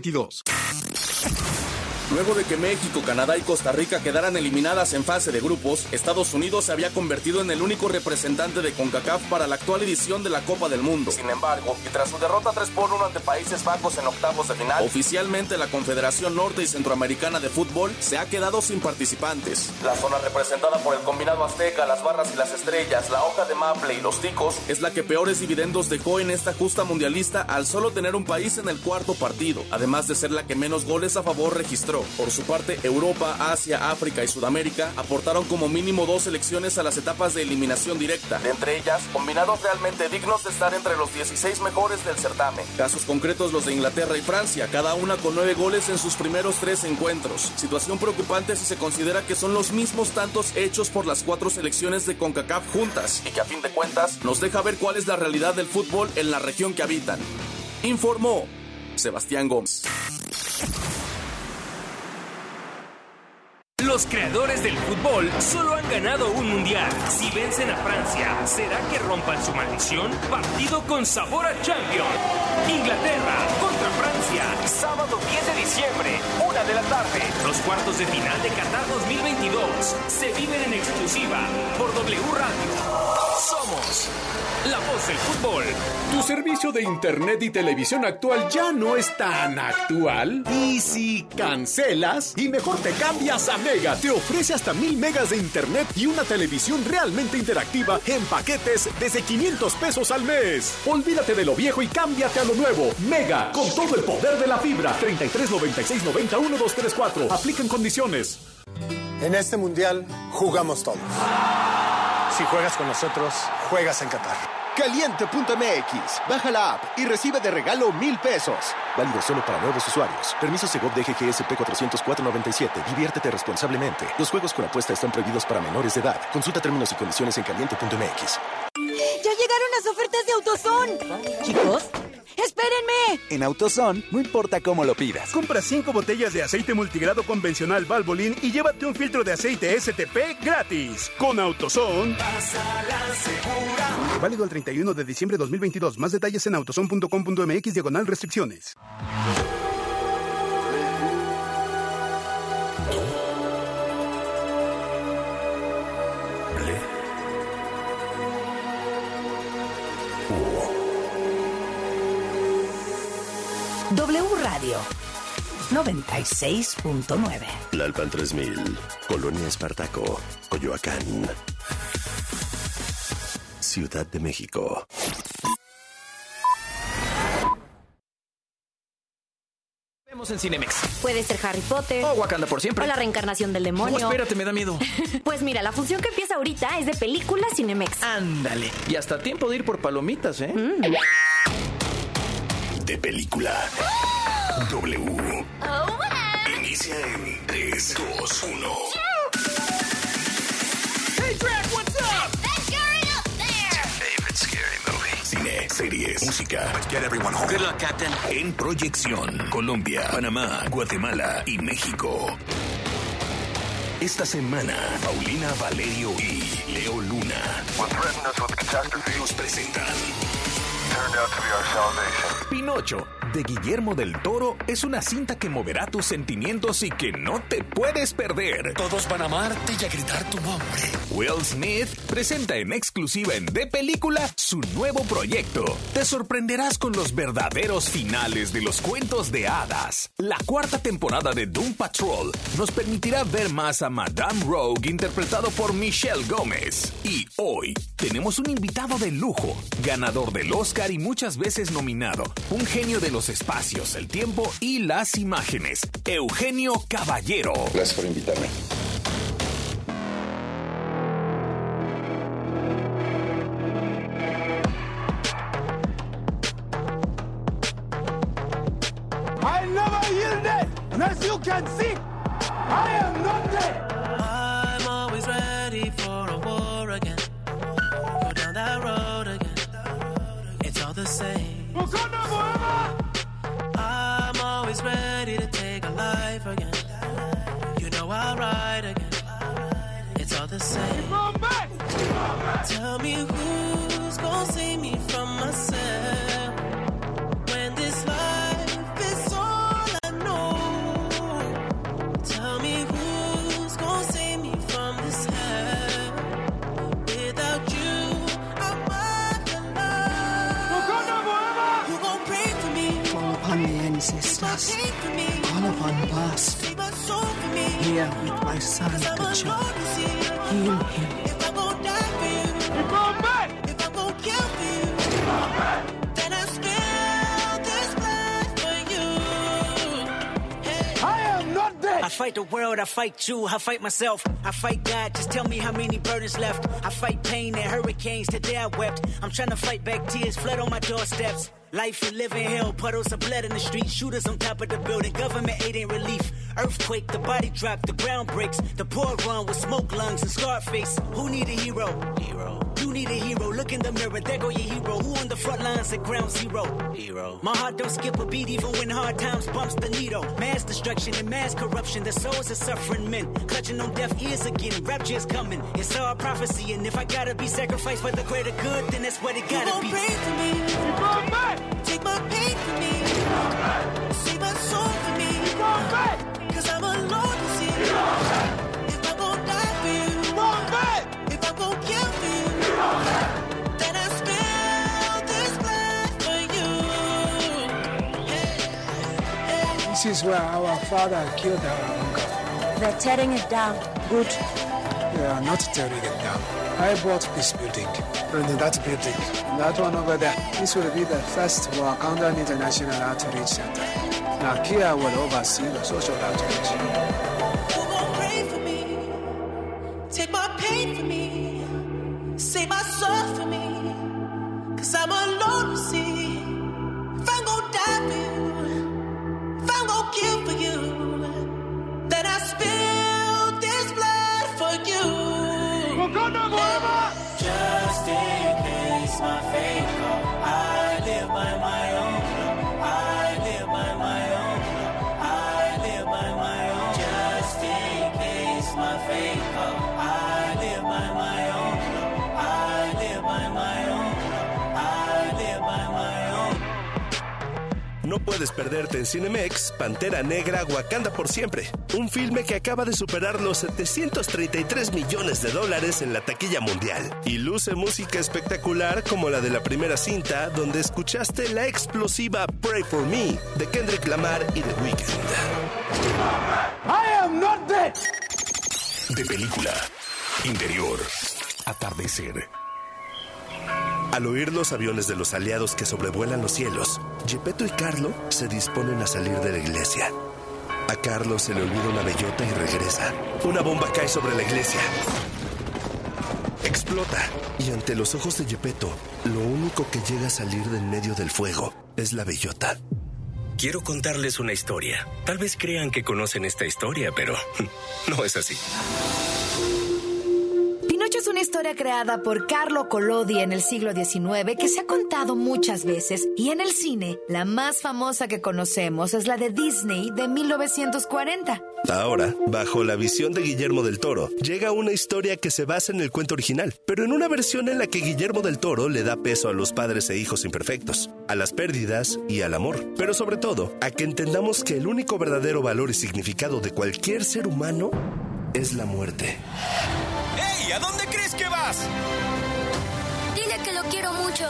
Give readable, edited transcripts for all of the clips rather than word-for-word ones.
22. Luego de que México, Canadá y Costa Rica quedaran eliminadas en fase de grupos, Estados Unidos se había convertido en el único representante de CONCACAF para la actual edición de la Copa del Mundo. Sin embargo, y tras su derrota 3-1 ante Países Bajos en octavos de final, oficialmente la Confederación Norte y Centroamericana de Fútbol se ha quedado sin participantes. La zona representada por el combinado azteca, las barras y las estrellas, la hoja de maple y los ticos, es la que peores dividendos dejó en esta justa mundialista al solo tener un país en el cuarto partido, además de ser la que menos goles a favor registró. Por su parte, Europa, Asia, África y Sudamérica aportaron como mínimo 2 selecciones a las etapas de eliminación directa, de entre ellas, combinados realmente dignos de estar entre los 16 mejores del certamen. Casos concretos los de Inglaterra y Francia, cada una con 9 goles en sus primeros 3 encuentros. Situación preocupante si se considera que son los mismos tantos hechos por las 4 selecciones de CONCACAF juntas, y que a fin de cuentas nos deja ver cuál es la realidad del fútbol en la región que habitan. Informó Sebastián Gómez. Los creadores del fútbol solo han ganado un mundial. Si vencen a Francia, ¿será que rompan su maldición? Partido con sabor a Champions. Inglaterra contra Francia. Sábado 10 de diciembre, 1 de la tarde. Los cuartos de final de Qatar 2022 se viven en exclusiva por W Radio. Somos la voz del fútbol. ¿Tu servicio de internet y televisión actual ya no es tan actual? ¿Y si cancelas? Y mejor te cambias a Mega. Te ofrece hasta 1000 megas de internet y una televisión realmente interactiva en paquetes desde 500 pesos al mes. Olvídate de lo viejo y cámbiate a lo nuevo. Mega, con todo el poder de la fibra. 33 96 90 1234. Aplican condiciones. En este mundial jugamos todos. Si juegas con nosotros, juegas en Qatar. Caliente.mx. Baja la app y recibe de regalo 1,000 pesos. Válido solo para nuevos usuarios. Permiso Segov DGGSP 40497. Diviértete responsablemente. Los juegos con apuesta están prohibidos para menores de edad. Consulta términos y condiciones en caliente.mx. ¡Ya llegaron las ofertas de AutoZone! Chicos, ¡espérenme! En AutoZone, no importa cómo lo pidas. Compra 5 botellas de aceite multigrado convencional Valvoline y llévate un filtro de aceite STP gratis. Con AutoZone. Pásala segura. Válido el 31 de diciembre de 2022. Más detalles en autozone.com.mx/restricciones. W Radio 96.9. Tlalpan 3000, Colonia Espartaco, Coyoacán, Ciudad de México. Vemos en Cinemex. Puede ser Harry Potter. O Wakanda por siempre. O la reencarnación del demonio. No, espérate, me da miedo. Pues mira, la función que empieza ahorita es de película Cinemex. Ándale. Y hasta tiempo de ir por palomitas, ¿eh? De película. W. Inicia en 3, 2, 1. Hey, Drac, what's up? That guy up there. Favorite scary movie. Cine, series, música. Let's get everyone home. Good luck, Captain. En proyección, Colombia, Panamá, Guatemala y México. Esta semana, Paulina Valerio y Leo Luna nos presentan Pinocho, de Guillermo del Toro, es una cinta que moverá tus sentimientos y que no te puedes perder. Todos van a amarte y a gritar tu nombre. Will Smith presenta en exclusiva en De Película su nuevo proyecto. Te sorprenderás con los verdaderos finales de los cuentos de hadas. La 4ª temporada de Doom Patrol nos permitirá ver más a Madame Rogue, interpretado por Michelle Gómez. Y hoy tenemos un invitado de lujo, ganador del Oscar y muchas veces nominado, un genio de los espacios, el tiempo y las imágenes, Eugenio Caballero. Gracias por invitarme. I never yielded, and as you can see, I am not dead. I'm always ready for a war again. Go down that road again. It's all the same. I'm always ready to take a life again. You know I'll ride again. It's all the same. Tell me who's gonna save me from myself when this life is all sisters, all of one bus, here with my son, the child. Heal him. If I'm gonna die for you, you're going back. If I'm gonna kill for you, you're going back. Then I spill this blood for you. Hey. I am not dead. I fight the world, I fight you, I fight myself, I fight God. Just tell me how many burdens left. I fight pain and hurricanes. Today I wept. I'm trying to fight back tears, flood on my doorsteps. Life and living hell, puddles of blood in the street, shooters on top of the building, government aid ain't relief. Earthquake, the body drop, the ground breaks, the poor run with smoke lungs and scarred face. Who need a hero? Hero. You need a hero. Look in the mirror, there go your hero. Who on the front lines at ground zero? Hero. My heart don't skip a beat even when hard times bumps the needle. Mass destruction and mass corruption, the souls of suffering men clutching on deaf ears again. Rapture is coming, it's all prophecy, and if I gotta be sacrificed for the greater good, then that's what it gotta be. Pray for me. You're going back. Take my pain for me. You're going back. Save my soul for me. You're going back. Cause I'm alone to see. You're going back. If I'm gonna die for you. You're going back. If I'm gonna kill for you. You're going back. Then I spill this blood for you. Hey. This is where our father killed our uncle. They're tearing it down. Good. They are not tearing it down. I bought this building, and that building, that one over there. This will be the first Wakandan International Outreach Center. Nakia will oversee the social outreach. Who gon' pray for me? Take my pain for me. Save my soul for me. Cause I'm alone to see. If I'm gon' die for you, if I'm gon' kill for you, then I spill this blood for you. Just in case my fate come, I live by my own law. I live by my own law. I live by my own. Just in case my fate come, I live by my own law. I live by my own law. I live by my own. No puedes perderte en Cinemex Pantera Negra Wakanda por siempre, un filme que acaba de superar los $733 millones en la taquilla mundial y luce música espectacular como la de la primera cinta, donde escuchaste la explosiva Pray For Me de Kendrick Lamar y The Weeknd. I am not dead. De película, interior, atardecer. Al oír los aviones de los aliados que sobrevuelan los cielos, Geppetto y Carlo se disponen a salir de la iglesia. A Carlo se le olvida una bellota y regresa. Una bomba cae sobre la iglesia. Explota. Y ante los ojos de Geppetto, lo único que llega a salir de en medio del fuego es la bellota. Quiero contarles una historia. Tal vez crean que conocen esta historia, pero no es así. Pinocho es una historia creada por Carlo Collodi en el siglo XIX que se ha contado muchas veces, y en el cine la más famosa que conocemos es la de Disney de 1940. Ahora, bajo la visión de Guillermo del Toro, llega una historia que se basa en el cuento original, pero en una versión en la que Guillermo del Toro le da peso a los padres e hijos imperfectos, a las pérdidas y al amor, pero sobre todo a que entendamos que el único verdadero valor y significado de cualquier ser humano es la muerte. ¡Hey! ¿A dónde crees que vas? Dile que lo quiero mucho.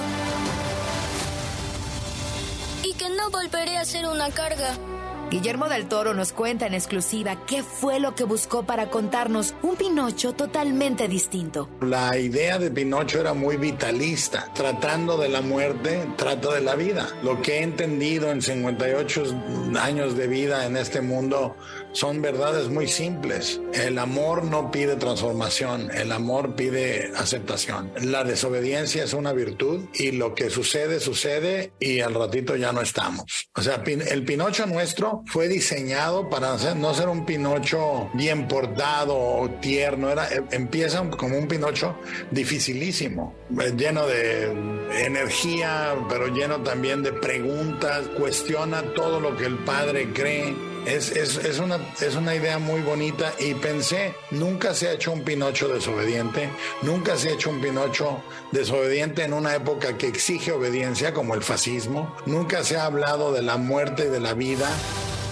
Y que no volveré a ser una carga. Guillermo del Toro nos cuenta en exclusiva qué fue lo que buscó para contarnos un Pinocho totalmente distinto. La idea de Pinocho era muy vitalista. Tratando de la muerte, trata de la vida. Lo que he entendido en 58 años de vida en este mundo son verdades muy simples. El amor no pide transformación, el amor pide aceptación. La desobediencia es una virtud y lo que sucede, sucede y al ratito ya no estamos. O sea, el Pinocho nuestro fue diseñado para no ser un Pinocho bien portado o tierno. Empieza como un Pinocho dificilísimo, lleno de energía, pero lleno también de preguntas, cuestiona todo lo que el padre cree. Es una idea muy bonita y pensé, nunca se ha hecho un Pinocho desobediente, nunca se ha hecho un Pinocho desobediente en una época que exige obediencia como el fascismo, nunca se ha hablado de la muerte y de la vida.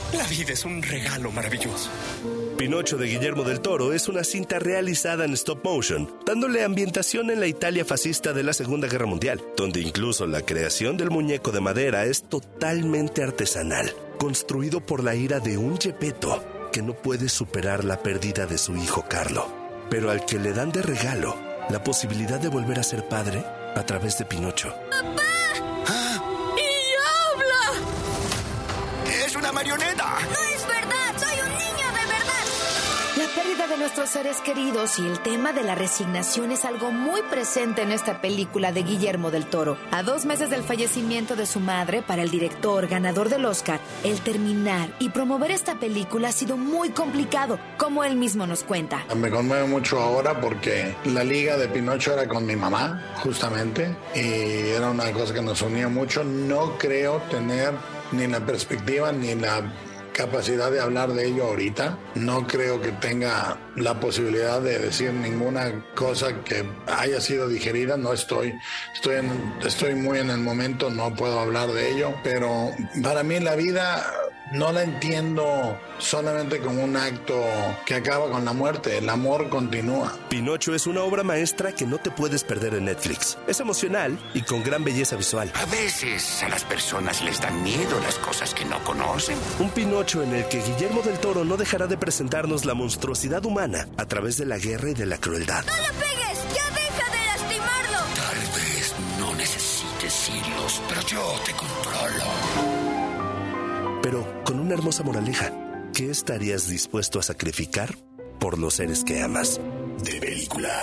La vida es un regalo maravilloso. Pinocho de Guillermo del Toro es una cinta realizada en stop motion, dándole ambientación en la Italia fascista de la Segunda Guerra Mundial, donde incluso la creación del muñeco de madera es totalmente artesanal, construido por la ira de un Geppetto que no puede superar la pérdida de su hijo Carlo, pero al que le dan de regalo la posibilidad de volver a ser padre a través de Pinocho. ¡Papá! ¡Y habla! ¡Es una marioneta! ¡No es verdad! ¡Soy un niño de verdad! La pérdida de nuestros seres queridos y el tema de la resignación es algo muy presente en esta película de Guillermo del Toro. A 2 meses del fallecimiento de su madre, para el director ganador del Oscar, el terminar y promover esta película ha sido muy complicado, como él mismo nos cuenta. Me conmueve mucho ahora porque la liga de Pinocho era con mi mamá, justamente, y era una cosa que nos unía mucho. No creo tener ni la perspectiva ni la capacidad de hablar de ello ahorita. No creo que tenga la posibilidad de decir ninguna cosa que haya sido digerida. No estoy muy en el momento, no puedo hablar de ello, pero para mí la vida no la entiendo solamente como un acto que acaba con la muerte. El amor continúa. Pinocho es una obra maestra que no te puedes perder en Netflix. Es emocional y con gran belleza visual. A veces a las personas les dan miedo las cosas que no conocen. Un Pinocho en el que Guillermo del Toro no dejará de presentarnos la monstruosidad humana a través de la guerra y de la crueldad. ¡No lo pegues! ¡Ya deja de lastimarlo! Tal vez no necesites hilos, pero yo te controlo. Pero con una hermosa moraleja. ¿Qué estarías dispuesto a sacrificar por los seres que amas? De película.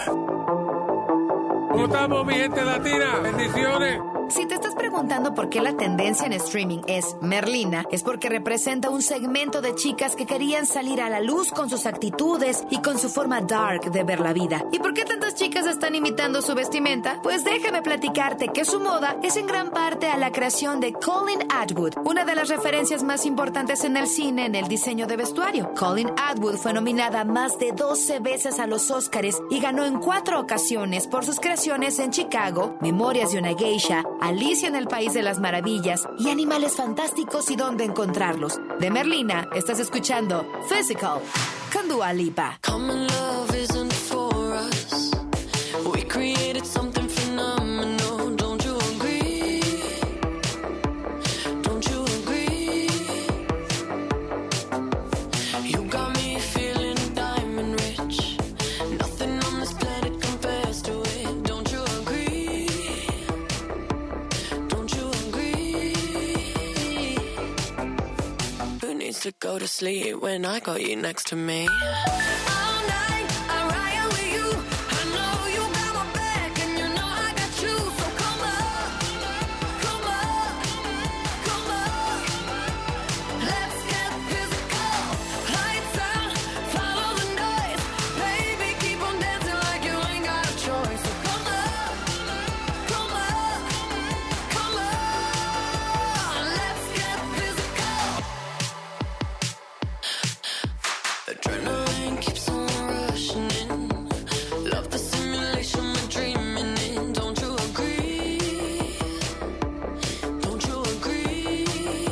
¿Cómo estamos, mi gente latina? Bendiciones. Si te estás preguntando por qué la tendencia en streaming es Merlina, es porque representa un segmento de chicas que querían salir a la luz con sus actitudes y con su forma dark de ver la vida. ¿Y por qué tantas chicas están imitando su vestimenta? Pues déjame platicarte que su moda es en gran parte a la creación de Colleen Atwood, una de las referencias más importantes en el cine en el diseño de vestuario. Colleen Atwood fue nominada más de 12 veces a los Óscares y ganó en 4 ocasiones por sus creaciones en Chicago, Memorias de una Geisha, Alicia en el País de las Maravillas y Animales Fantásticos y Dónde Encontrarlos. De Merlina, estás escuchando Physical con Dua Lipa. Common love isn't for us. We created something phenomenal. Don't you agree? Don't you agree? You got me feeling diamond rich. Nothing on this planet compares to it. Don't you agree? Don't you agree? Who needs to go to sleep when I got you next to me? Adrenaline keeps on rushing in. Love the simulation we're dreaming in. Don't you agree? Don't you agree?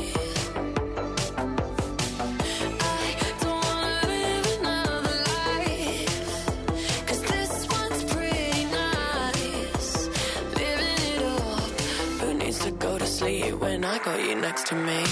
I don't wanna live another life, 'cause this one's pretty nice. Living it up. Who needs to go to sleep when I got you next to me?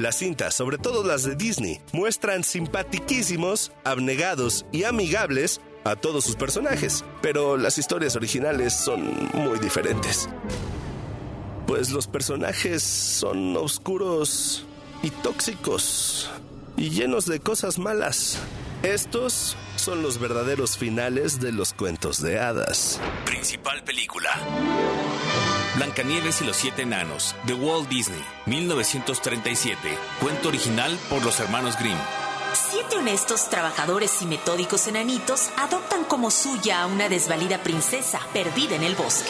Las cintas, sobre todo las de Disney, muestran simpatiquísimos, abnegados y amigables a todos sus personajes, pero las historias originales son muy diferentes. Pues los personajes son oscuros y tóxicos y llenos de cosas malas. Estos son los verdaderos finales de los cuentos de hadas. Principal película: Blancanieves y los 7 enanos, de Walt Disney, 1937. Cuento original por los hermanos Grimm. 7 honestos, trabajadores y metódicos enanitos adoptan como suya a una desvalida princesa perdida en el bosque.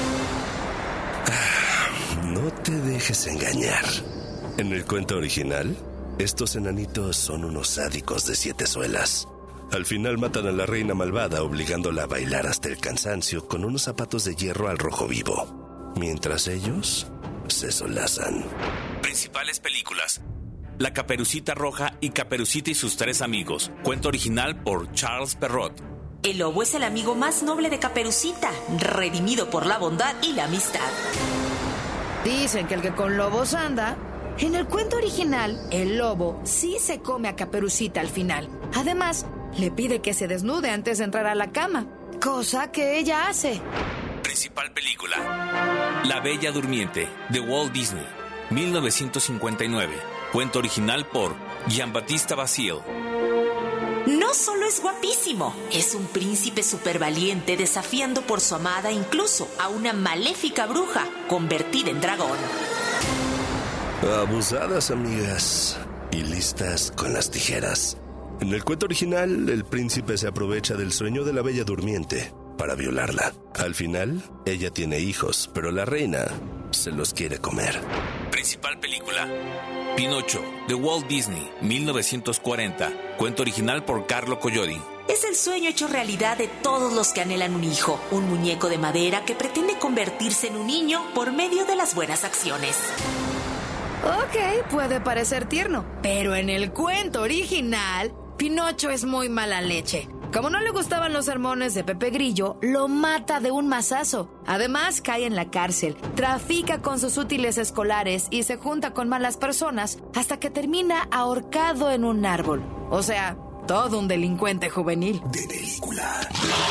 No te dejes engañar. En el cuento original, estos enanitos son unos sádicos de 7 suelas. Al final matan a la reina malvada, obligándola a bailar hasta el cansancio con unos zapatos de hierro al rojo vivo, mientras ellos se solazan. Principales películas: La Caperucita Roja y Caperucita y sus 3 amigos. Cuento original por Charles Perrault. El lobo es el amigo más noble de Caperucita, redimido por la bondad y la amistad. Dicen que el que con lobos anda. En el cuento original, el lobo sí se come a Caperucita al final. Además, le pide que se desnude antes de entrar a la cama, cosa que ella hace. Principal película: La Bella Durmiente, de Walt Disney, 1959. Cuento original por Jean-Baptiste Basile. No solo es guapísimo, es un príncipe supervaliente desafiando por su amada incluso a una maléfica bruja convertida en dragón. Abusadas, amigas, y listas con las tijeras. En el cuento original, el príncipe se aprovecha del sueño de la Bella Durmiente para violarla. Al final, ella tiene hijos, pero la reina se los quiere comer. Principal película: Pinocho, de Walt Disney, 1940. Cuento original por Carlo Collodi. Es el sueño hecho realidad de todos los que anhelan un hijo, un muñeco de madera que pretende convertirse en un niño por medio de las buenas acciones. Ok, puede parecer tierno, pero en el cuento original, Pinocho es muy mala leche. Como no le gustaban los sermones de Pepe Grillo, lo mata de un mazazo. Además, cae en la cárcel, trafica con sus útiles escolares y se junta con malas personas hasta que termina ahorcado en un árbol. O sea, todo un delincuente juvenil. De película.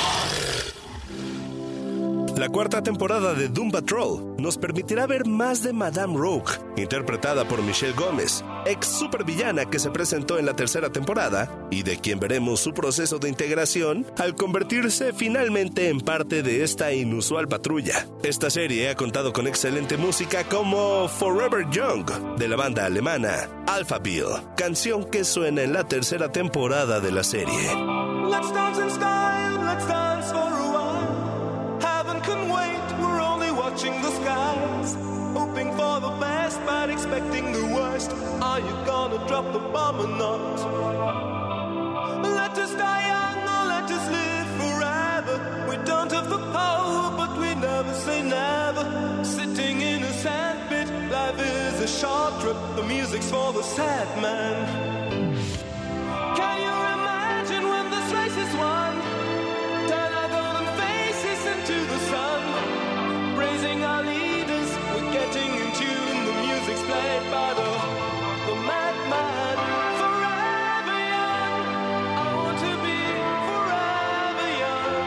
La 4ª temporada de Doom Patrol nos permitirá ver más de Madame Rogue, interpretada por Michelle Gómez, ex supervillana que se presentó en la 3ª temporada y de quien veremos su proceso de integración al convertirse finalmente en parte de esta inusual patrulla. Esta serie ha contado con excelente música como Forever Young, de la banda alemana Alphaville, canción que suena en la 3ª temporada de la serie. Let's dance in style, let's dance for a while. Heaven can wait, we're only watching the skies. Hoping for the best, but expecting the worst. Are you gonna drop the bomb or not? Let us die young or let us live forever. We don't have the power, but we never say never. Sitting in a sandpit, life is a short trip. The music's for the sad man. Can you imagine when this race is won? Turn our golden faces into the sun. Praising our leaders, we're getting in tune. The music's played by the madman. Forever young, I want to be forever young.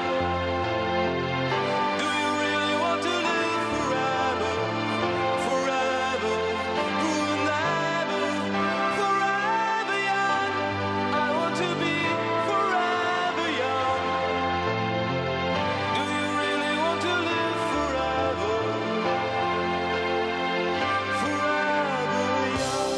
Do you really want to live forever? Forever, forever, forever young. I want to be forever young. Do you really want to live forever? Forever young.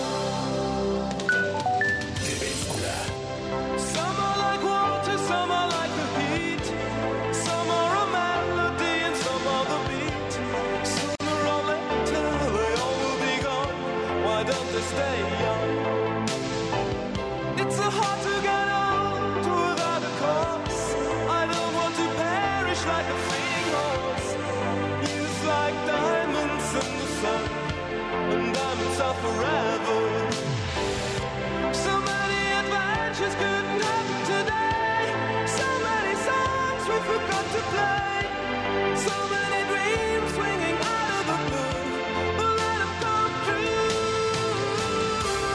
Some are like water, some are like the heat. Some are a melody and some are the beat. Sooner or later they all will be gone. Why don't they stay young? It's so hard to get old without a cause. I don't want to perish like a fleeing horse. Youth like diamonds in the sun, and diamonds are forever. So many adventures couldn't happen today. So many songs we forgot to play. So many dreams swinging out of the blue. But let them come true.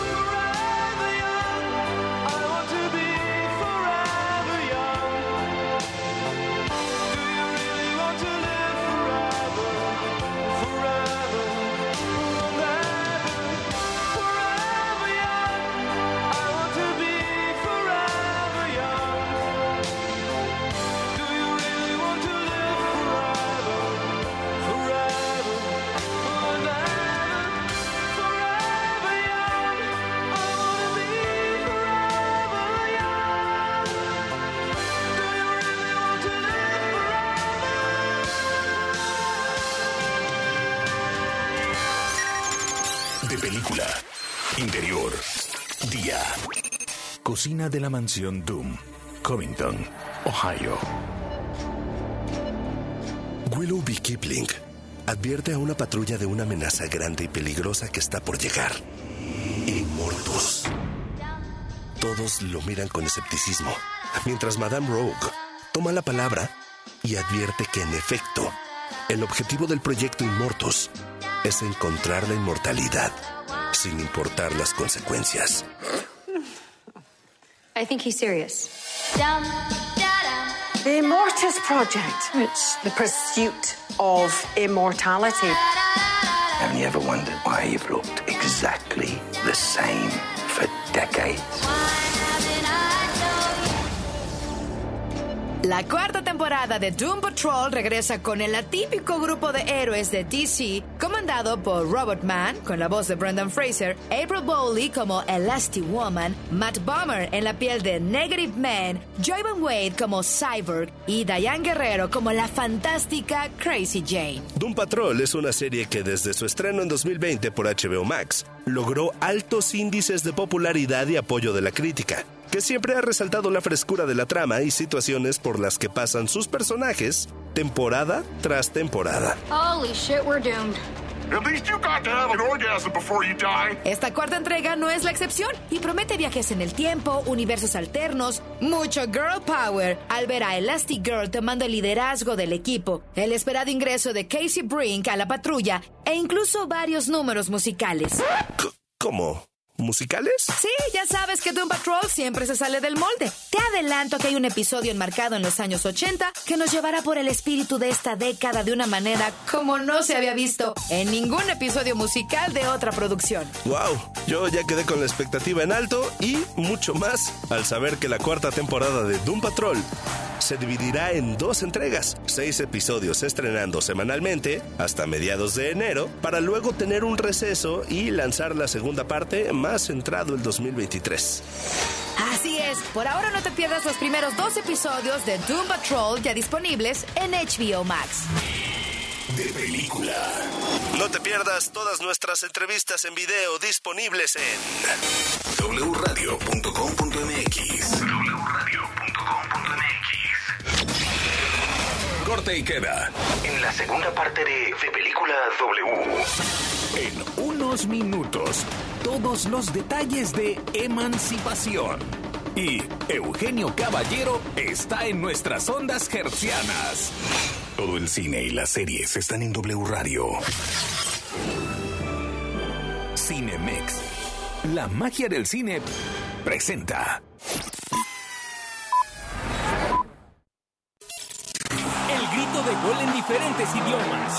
De película. Interior. Día. Cocina de la mansión Doom. Covington, Ohio. Willoughby Kipling advierte a una patrulla de una amenaza grande y peligrosa que está por llegar. Immortus. Todos lo miran con escepticismo, mientras Madame Rogue toma la palabra y advierte que, en efecto, el objetivo del proyecto Immortus es encontrar la inmortalidad, sin importar las consecuencias. I think he's serious. The Immortus Project. It's the pursuit of immortality. Haven't you ever wondered why you've looked exactly the same for decades? La cuarta temporada de Doom Patrol regresa con el atípico grupo de héroes de DC, comandado por Robot Man, con la voz de Brendan Fraser, April Bowley como Elasti-Woman, Matt Bomer en la piel de Negative Man, Joy Van Wade como Cyborg y Diane Guerrero como la fantástica Crazy Jane. Doom Patrol es una serie que desde su estreno en 2020 por HBO Max logró altos índices de popularidad y apoyo de la crítica, que siempre ha resaltado la frescura de la trama y situaciones por las que pasan sus personajes temporada tras temporada. Holy shit, we're doomed. At least you got to have an orgasm before you die. Esta cuarta entrega no es la excepción y promete viajes en el tiempo, universos alternos, mucho girl power, al ver a Elastigirl tomando el liderazgo del equipo, el esperado ingreso de Casey Brink a la patrulla e incluso varios números musicales. ¿Cómo? ¿Musicales? Sí, ya sabes que Doom Patrol siempre se sale del molde. Te adelanto que hay un episodio enmarcado en los años 80 que nos llevará por el espíritu de esta década de una manera como no se había visto en ningún episodio musical de otra producción. ¡Wow! Yo ya quedé con la expectativa en alto y mucho más al saber que la cuarta temporada de Doom Patrol se dividirá en 2 entregas, 6 episodios estrenando semanalmente hasta mediados de enero, para luego tener un receso y lanzar la segunda parte más entrado el 2023. Así es, por ahora no te pierdas los primeros 2 episodios de Doom Patrol ya disponibles en HBO Max. De película. No te pierdas todas nuestras entrevistas en video disponibles en wradio.com.mx. Corte y queda En la segunda parte de Película W. En unos minutos, todos los detalles de Emancipación. Y Eugenio Caballero está en nuestras ondas hertzianas. Todo el cine y las series están en W Radio. Cinemex. La magia del cine presenta. El grito de gol en diferentes idiomas.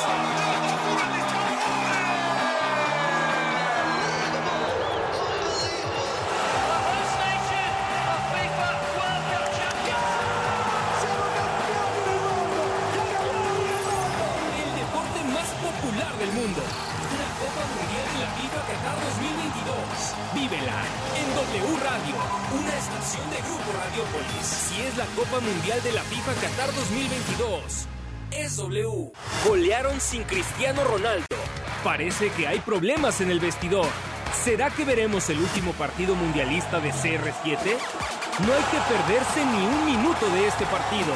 El deporte más popular del mundo. La Copa Mundial de la FIFA Qatar 2022. Vívela en W Radio, una estación de Grupo Radiópolis. Si es la Copa Mundial de la FIFA Qatar 2022, es W. Golearon sin Cristiano Ronaldo. Parece que hay problemas en el vestidor. ¿Será que veremos el último partido mundialista de CR7? No hay que perderse ni un minuto de este partido.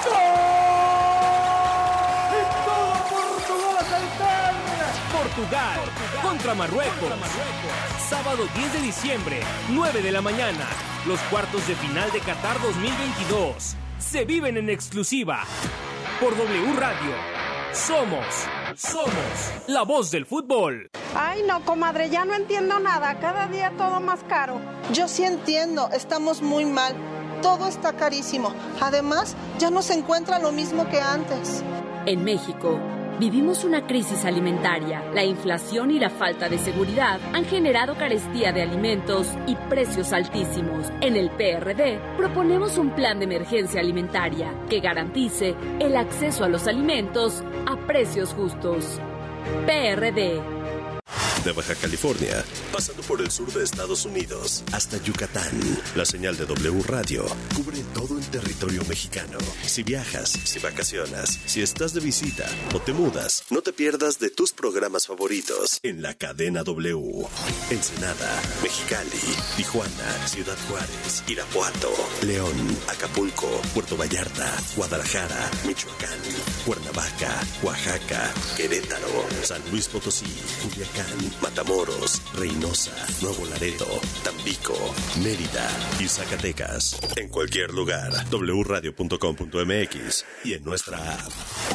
Portugal contra Marruecos. Sábado 10 de diciembre, 9 de la mañana. Los cuartos de final de Qatar 2022 se viven en exclusiva por W Radio. Somos la voz del fútbol. Ay, no, comadre, ya no entiendo nada. Cada día todo más caro. Yo sí entiendo, estamos muy mal. Todo está carísimo. Además, ya no se encuentra lo mismo que antes. En México, vivimos una crisis alimentaria. La inflación y la falta de seguridad han generado carestía de alimentos y precios altísimos. En el PRD proponemos un plan de emergencia alimentaria que garantice el acceso a los alimentos a precios justos. PRD. De Baja California, pasando por el sur de Estados Unidos hasta Yucatán. La señal de W Radio cubre todo el territorio mexicano. Si viajas, si vacacionas, si estás de visita o te mudas, no te pierdas de tus programas favoritos en la cadena W. Ensenada, Mexicali, Tijuana, Ciudad Juárez, Irapuato, León, Acapulco, Puerto Vallarta, Guadalajara, Michoacán, Cuernavaca, Oaxaca, Querétaro, San Luis Potosí, Culiacán, Matamoros, Reynosa, Nuevo Laredo, Tampico, Mérida y Zacatecas. En cualquier lugar, wradio.com.mx y en nuestra app.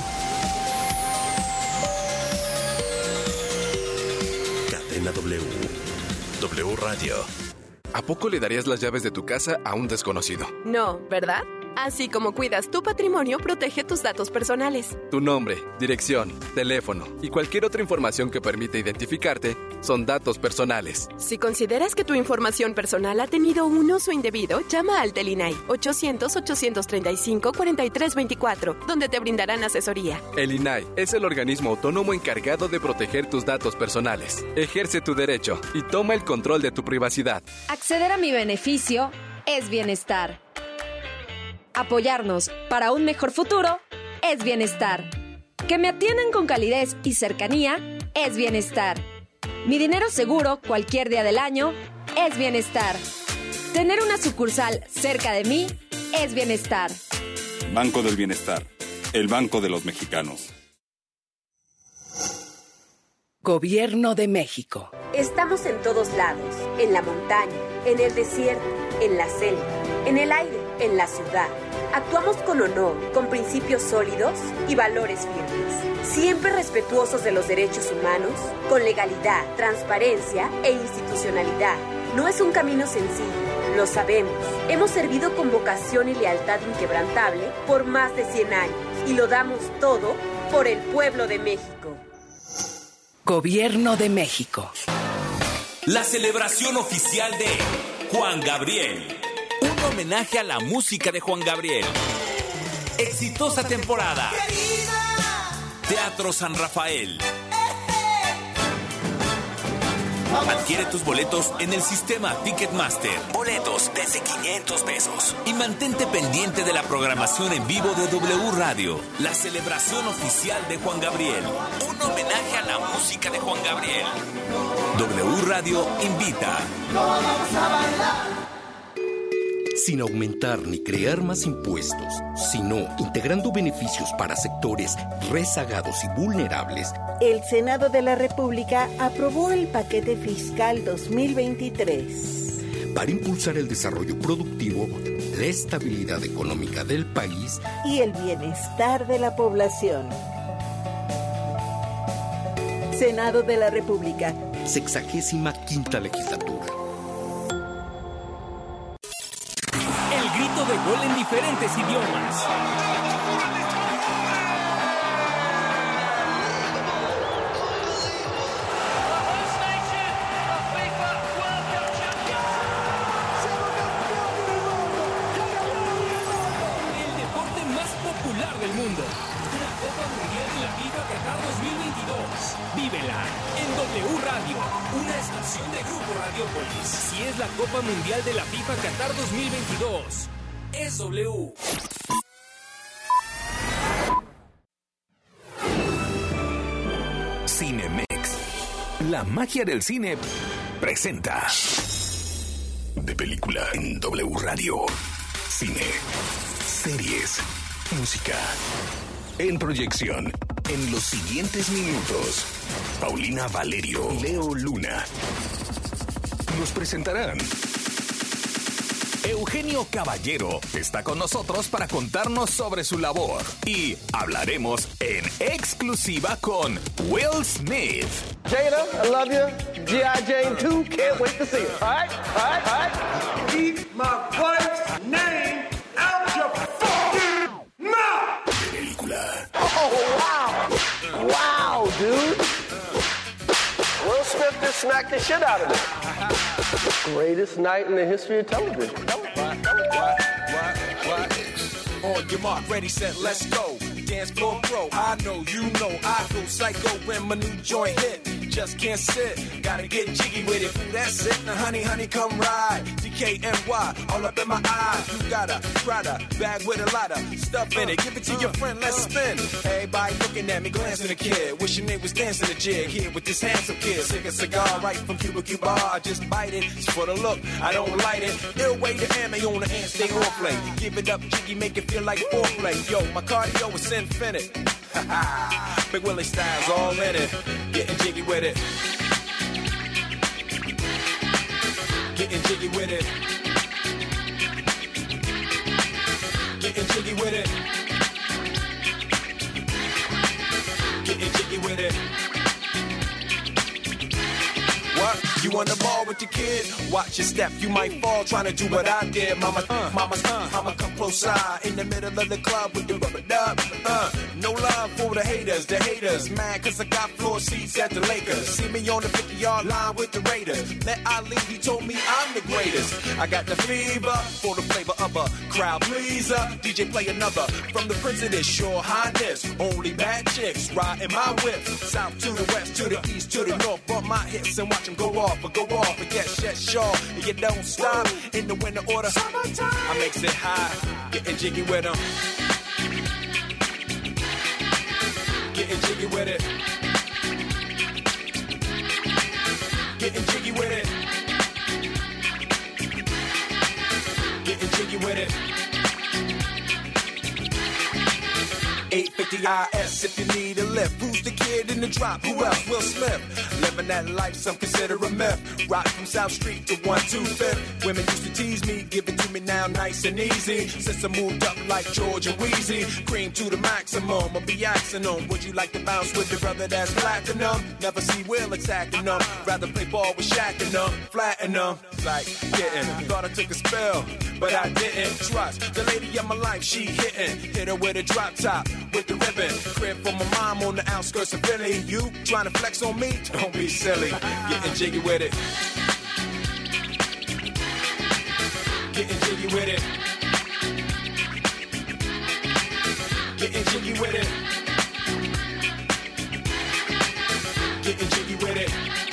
Cadena W. W Radio. ¿A poco le darías las llaves de tu casa a un desconocido? No, ¿verdad? Así como cuidas tu patrimonio, protege tus datos personales. Tu nombre, dirección, teléfono y cualquier otra información que permita identificarte son datos personales. Si consideras que tu información personal ha tenido un uso indebido, llama al INAI 800-835-4324, donde te brindarán asesoría. El INAI es el organismo autónomo encargado de proteger tus datos personales. Ejerce tu derecho y toma el control de tu privacidad. Acceder a mi beneficio es bienestar. Apoyarnos para un mejor futuro es bienestar. Que me atiendan con calidez y cercanía es bienestar. Mi dinero seguro cualquier día del año es bienestar. Tener una sucursal cerca de mí es bienestar. Banco del Bienestar, el banco de los mexicanos. Gobierno de México. Estamos en todos lados, en la montaña, en el desierto, en la selva, en el aire, en la ciudad. Actuamos con honor, con principios sólidos y valores firmes, siempre respetuosos de los derechos humanos, con legalidad, transparencia e institucionalidad. No es un camino sencillo, lo sabemos. Hemos servido con vocación y lealtad inquebrantable por más de 100 años y lo damos todo por el pueblo de México. Gobierno de México. La celebración oficial de Juan Gabriel. Un homenaje a la música de Juan Gabriel. Exitosa temporada. Teatro San Rafael. Adquiere tus boletos en el sistema Ticketmaster. Boletos desde 500 pesos. Y mantente pendiente de la programación en vivo de W Radio. La celebración oficial de Juan Gabriel. Un homenaje a la música de Juan Gabriel. W Radio invita. Sin aumentar ni crear más impuestos, sino integrando beneficios para sectores rezagados y vulnerables, el Senado de la República aprobó el paquete fiscal 2023 para impulsar el desarrollo productivo, la estabilidad económica del país y el bienestar de la población. Senado de la República. 65ª legislatura. El grito de gol en diferentes idiomas. El deporte más popular del mundo. La Copa Mundial de la FIFA Qatar 2022. Vívela en W Radio, una estación de Grupo Radiópolis. Si es la Copa Mundial de la FIFA Qatar 2022, es W. Cinemex. La magia del cine presenta. De película en W Radio. Cine, series, música. En proyección, en los siguientes minutos, Paulina Valerio y Leo Luna nos presentarán. Eugenio Caballero está con nosotros para contarnos sobre su labor y hablaremos en exclusiva con Will Smith. Jada, I love you. G.I. Jane 2, can't wait to see it. All right, all right, all right. Keep my wife's name out your fucking mouth. Película. Oh, wow. Wow, dude. Will Smith just smacked the shit out of me. Greatest night in the history of television. On your mark, ready, set, let's go. Dance floor pro, I know, you know, I go psycho when my new joint hit. just can't sit. Gotta get jiggy with it. Ooh, that's it. Now, honey, honey, come ride. DKNY, all up in my eye. You got a Prada bag with a lot of stuff in it. Give it to your friend, let's spin. Everybody looking at me, glancing a kid. Wishing they was dancing a jig here with this handsome kid. Sick a cigar right from Cuba Cuba. I just bite it. It's for the look, I don't light it. Ill way to ammo on the hand, stay on play. Give it up, jiggy, make it feel like foreplay. Yo, my cardio is infinite. Big Willie style's all in it. Getting jiggy with it. Getting jiggy with it. Getting jiggy with it. Getting jiggy with it. What? You on the ball with your kid? Watch your step, you might fall trying to do what I did. Mama, I'ma come close side in the middle of the club with the rubber dub. No love for the haters, mad cause I got floor seats at the Lakers. See me on the 50-yard line with the Raiders. Let Ali, he told me I'm the greatest. I got the fever for the flavor of a crowd pleaser. DJ play another from the Prince of this Shore Highness. Only bad chicks riding my whip. South to the west, to the east, to the north. Bump my hips and watch them go off. But go off and get shut sure. And you don't stop in the winter order. Summertime. I makes it high, getting jiggy with them. Getting jiggy with it. Getting jiggy with it. Getting jiggy with it. 850 IS if you need a lift. Who's the kid in the drop? Who else? Will Smith. Living that life, some consider a myth. Rock from South Street to 125th. Women used to tease me, give it to me now nice and easy. Since I moved up like George and Wheezy, cream to the maximum, I'll be axing them. Would you like to bounce with your brother that's platinum? Never see Will attacking them. Rather play ball with Shaq and them, flatten them. Like getting, thought I took a spell, but I didn't. Trust the lady of my life, she hitting. Hit her with a drop top, with the ribbon. Crib for my mom on the outskirts of Philly. You trying to flex on me? Don't be silly. Getting jiggy with it. Getting jiggy with it. Getting jiggy with it. Getting jiggy with it.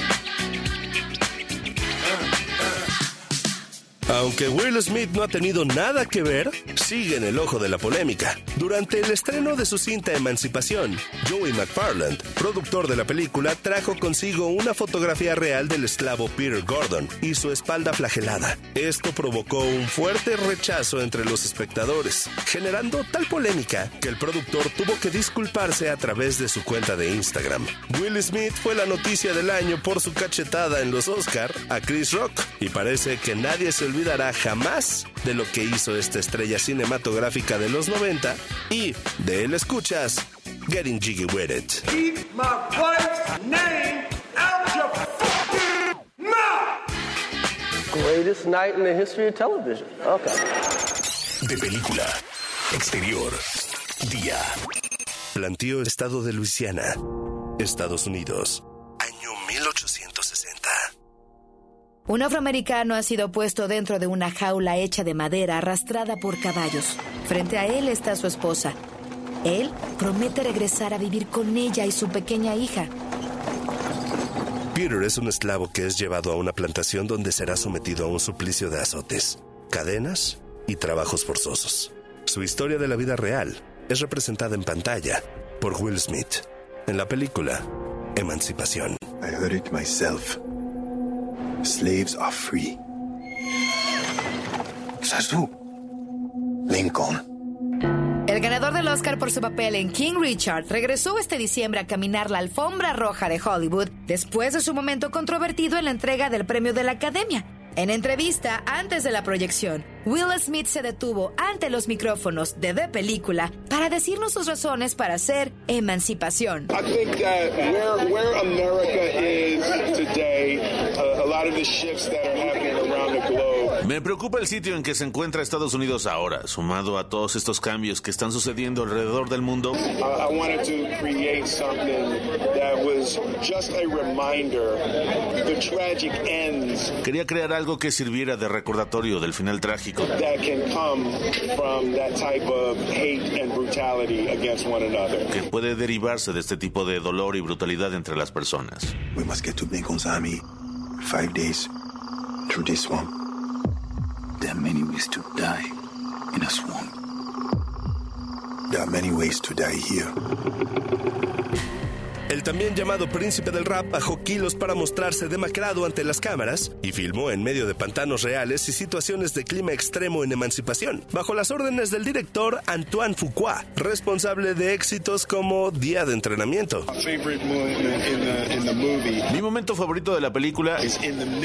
Aunque Will Smith no ha tenido nada que ver, sigue en el ojo de la polémica. Durante el estreno de su cinta Emancipación, Joey McFarland, productor de la película, trajo consigo una fotografía real del esclavo Peter Gordon y su espalda flagelada. Esto provocó un fuerte rechazo entre los espectadores, generando tal polémica que el productor tuvo que disculparse a través de su cuenta de Instagram. Will Smith fue la noticia del año por su cachetada en los Oscar a Chris Rock, y parece que nadie se olvidará jamás de lo que hizo esta estrella cinematográfica de los 90 y de él escuchas Getting Jiggy With It. Keep my wife's name out your fucking mouth. Greatest night in the history of television. Okay. De película. Exterior. Día. Plantío, estado de Luisiana, Estados Unidos. Año 1860. Un afroamericano ha sido puesto dentro de una jaula hecha de madera arrastrada por caballos. Frente a él está su esposa. Él promete regresar a vivir con ella y su pequeña hija. Peter es un esclavo que es llevado a una plantación donde será sometido a un suplicio de azotes, cadenas y trabajos forzosos. Su historia de la vida real es representada en pantalla por Will Smith en la película Emancipación. I heard it myself. Slaves are free. Zazu. Lincoln. El ganador del Oscar por su papel en King Richard regresó este diciembre a caminar la alfombra roja de Hollywood después de su momento controvertido en la entrega del premio de la Academia. En entrevista antes de la proyección, Will Smith se detuvo ante los micrófonos de Película para decirnos sus razones para hacer Emancipación. I think that where America is today, a lot of the shifts that are happening around the globe, Me preocupa el sitio en que se encuentra Estados Unidos ahora, sumado a todos estos cambios que están sucediendo alrededor del mundo. I wanted to create something that was just a reminder, the tragic ends. Quería crear algo que sirviera de recordatorio del final trágico. That can come from that type of hate and brutality against one another. Que puede derivarse de este tipo de dolor y brutalidad entre las personas. We must get to Lincoln's army 5 days through this swamp. There are many ways to die in a swamp. There are many ways to die here. El también llamado príncipe del rap bajó kilos para mostrarse demacrado ante las cámaras y filmó en medio de pantanos reales y situaciones de clima extremo en Emancipación, bajo las órdenes del director Antoine Fuqua, responsable de éxitos como Día de Entrenamiento. Mi momento favorito de la película es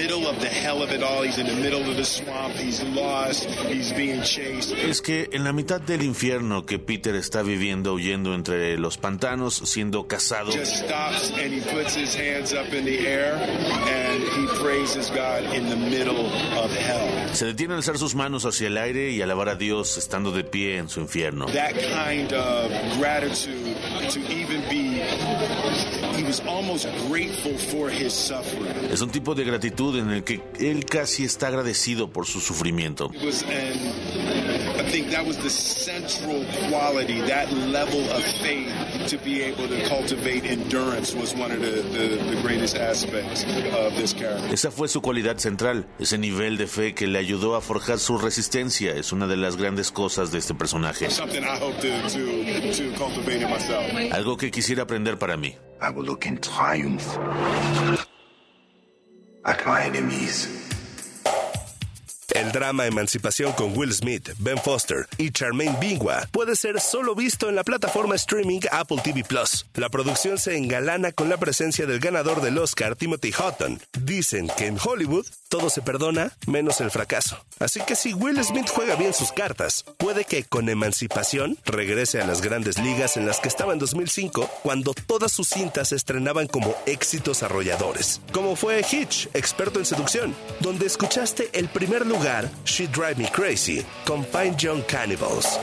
que en la mitad del infierno que Peter está viviendo, huyendo entre los pantanos, siendo cazado, stops and he puts his hands up in the air and he praises God in the middle of hell. Se detiene a alzar sus manos hacia el aire y alabar a Dios estando de pie en su infierno. That kind of gratitude to even be, he was almost grateful for his suffering. Es un tipo de gratitud en el que él casi está agradecido por su sufrimiento. It was I think that was the central quality, that level of faith to be able to cultivate endurance was one of the greatest aspects of this character. Esa fue su cualidad central, ese nivel de fe que le ayudó a forjar su resistencia, es una de las grandes cosas de este personaje. Something I hope to cultivate in myself. Algo que quisiera aprender para mí. I will look in triumph at my enemies. El drama Emancipación con Will Smith, Ben Foster y Charmaine Bingwa puede ser solo visto en la plataforma streaming Apple TV+. La producción se engalana con la presencia del ganador del Oscar, Timothy Hutton. Dicen que en Hollywood todo se perdona menos el fracaso. Así que si Will Smith juega bien sus cartas, puede que con Emancipación regrese a las grandes ligas en las que estaba en 2005, cuando todas sus cintas se estrenaban como éxitos arrolladores. Como fue Hitch, experto en seducción, donde escuchaste el primer lugar She Drive Me Crazy con Fine Young Cannibals.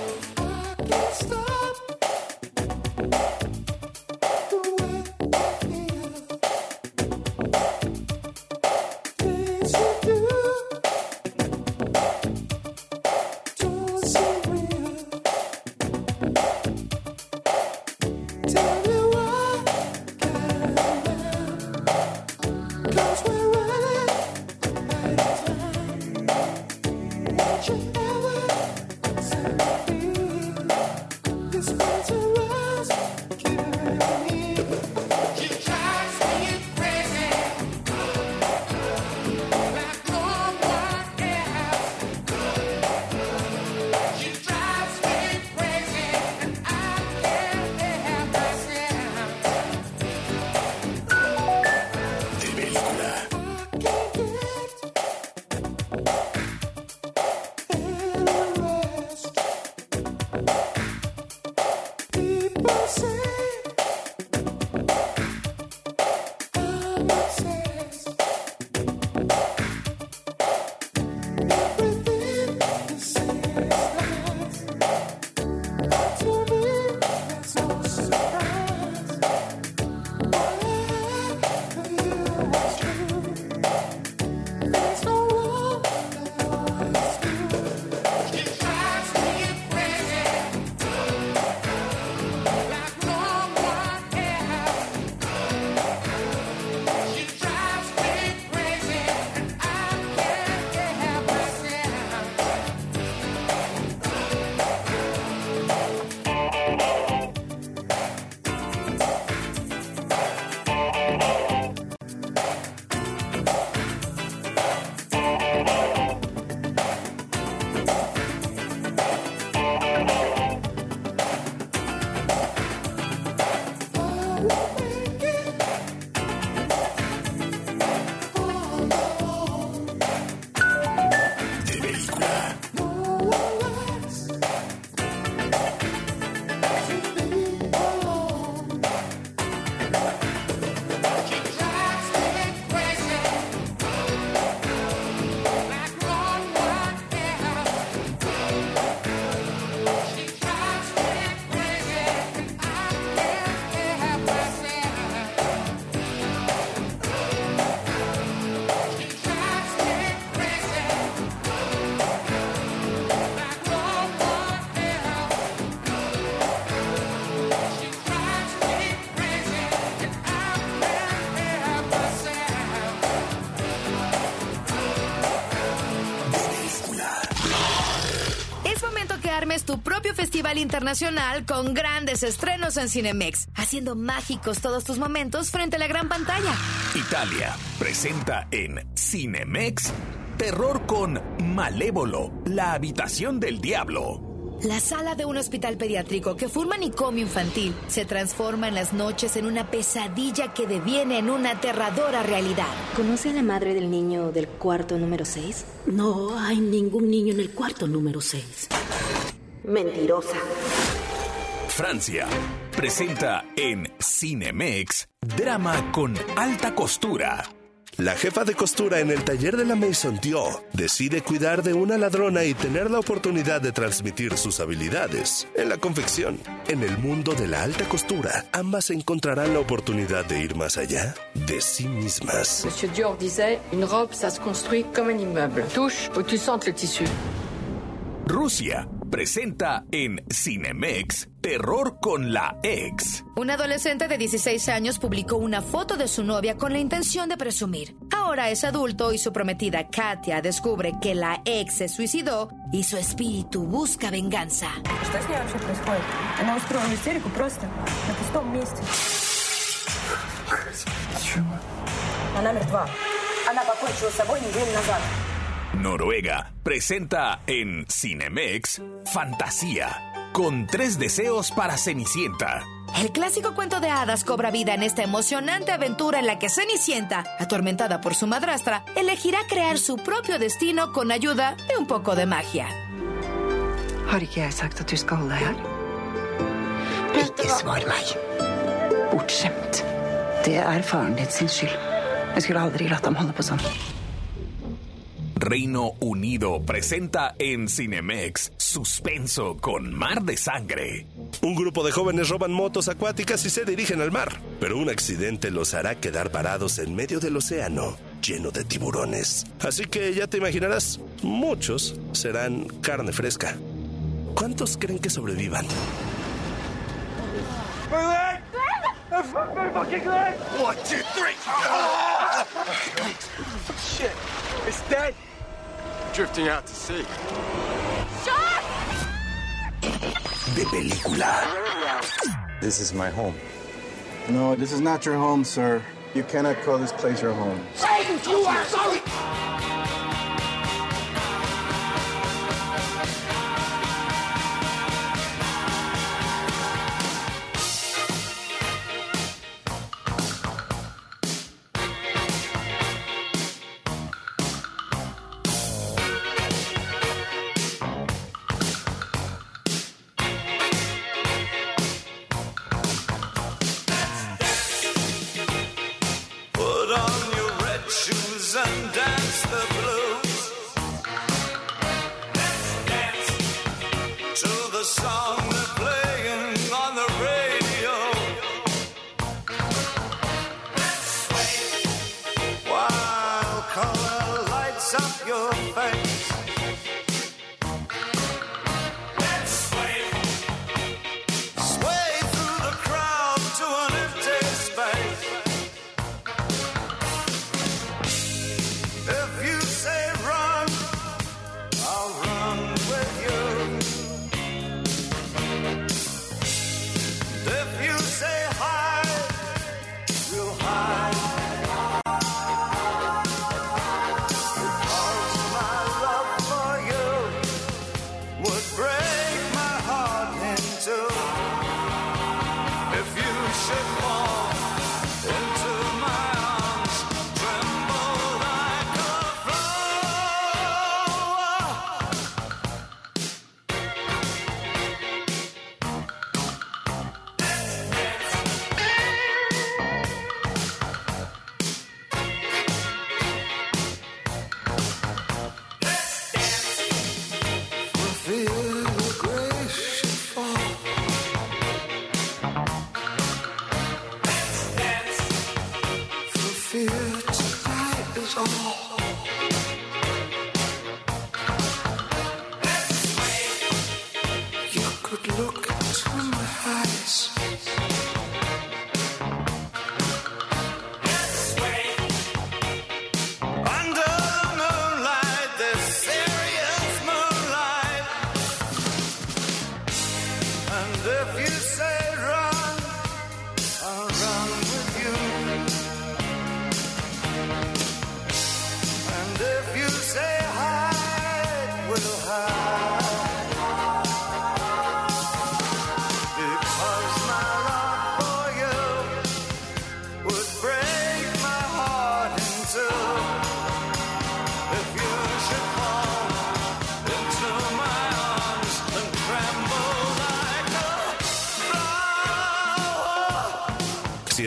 tienes tu propio festival internacional con grandes estrenos en Cinemex, haciendo mágicos todos tus momentos frente a la gran pantalla. Italia presenta en Cinemex terror con Malévolo, la habitación del diablo. La sala de un hospital pediátrico que fue un manicomio infantil se transforma en las noches en una pesadilla que deviene en una aterradora realidad. ¿Conoce a la madre del niño del cuarto número 6? No hay ningún niño en el cuarto número 6. Mentirosa. Francia presenta en Cinemex drama con alta costura. La jefa de costura en el taller de la Maison Dior decide cuidar de una ladrona y tener la oportunidad de transmitir sus habilidades en la confección. En el mundo de la alta costura, ambas encontrarán la oportunidad de ir más allá de sí mismas. Monsieur Dior disait, une robe, ça se construit comme un immeuble. Touche ou tu sentes le tissu. Rusia presenta en Cinemex terror con la ex. Un adolescente de 16 años publicó una foto de su novia con la intención de presumir. Ahora es adulto y su prometida Katia descubre que la ex se suicidó y su espíritu busca venganza. Что с ней вообще происходит? Она устроила истерику просто на пустом месте. Она мертва. Она покончила с собой неделю назад. Noruega presenta en Cinemex Fantasía con 3 deseos para Cenicienta. El clásico cuento de hadas cobra vida en esta emocionante aventura en la que Cenicienta, atormentada por su madrastra, elegirá crear su propio destino con ayuda de un poco de magia. Har ikke jeg sagt at du skal holde deg her? Ikke svar meg. Bortskjemt. Det er faren din sin skyld. Jeg skulle aldri latt ham holde på sånn. Reino Unido presenta en Cinemex suspenso con mar de sangre. Un grupo de jóvenes roban motos acuáticas y se dirigen al mar, pero un accidente los hará quedar varados en medio del océano, lleno de tiburones. Así que ya te imaginarás, muchos serán carne fresca. ¿Cuántos creen que sobrevivan? My leg! My fucking leg! 1, 2, 3! Shit, it's dead. Drifting out to sea. Shark! De película. This is my home. No, this is not your home, sir. You cannot call this place your home. Hey, you are sorry! And dance the blues. Let's dance to the song they're playing on the radio. Let's sway while color lights up your face. Let's sway through the crowd to an empty space. If you say run, I'll run with you. If you say hide, we'll hide. Because my love for you would break my heart in two. If you should fall into my arms, tremble like a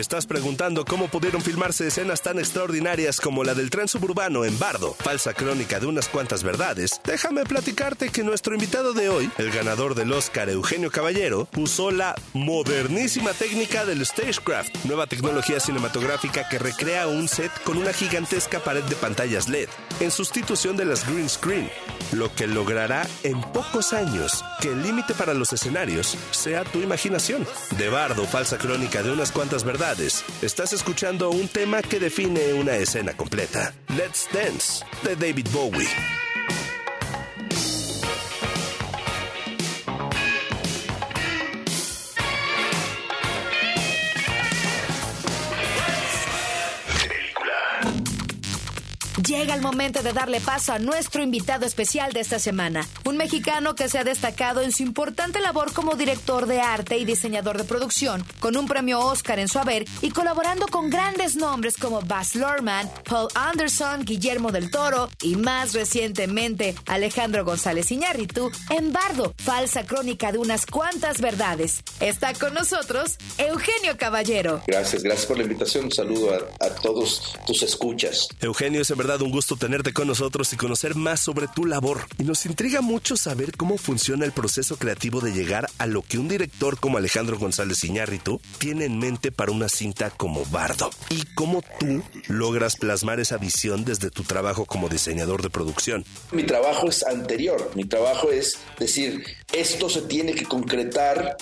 estás preguntando cómo pudieron filmarse escenas tan extraordinarias como la del tren suburbano en Bardo, falsa crónica de unas cuantas verdades, déjame platicarte que nuestro invitado de hoy, el ganador del Oscar Eugenio Caballero, usó la modernísima técnica del Stagecraft, nueva tecnología cinematográfica que recrea un set con una gigantesca pared de pantallas LED, en sustitución de las green screen, lo que logrará en pocos años que el límite para los escenarios sea tu imaginación. De Bardo, falsa crónica de unas cuantas verdades, estás escuchando un tema que define una escena completa. Let's Dance, de David Bowie. Llega el momento de darle paso a nuestro invitado especial de esta semana, un mexicano que se ha destacado en su importante labor como director de arte y diseñador de producción, con un premio Oscar en su haber y colaborando con grandes nombres como Baz Luhrmann, Paul Anderson, Guillermo del Toro y más recientemente Alejandro González Iñárritu en Bardo, falsa crónica de unas cuantas verdades. Está con nosotros Eugenio Caballero. Gracias por la invitación. Un saludo a todos tus escuchas. Eugenio, es en verdad un gusto tenerte con nosotros y conocer más sobre tu labor. Y nos intriga mucho saber cómo funciona el proceso creativo de llegar a lo que un director como Alejandro González Iñárritu tiene en mente para una cinta como Bardo. Y cómo tú logras plasmar esa visión desde tu trabajo como diseñador de producción. Mi trabajo es anterior. Mi trabajo es decir, esto se tiene que concretar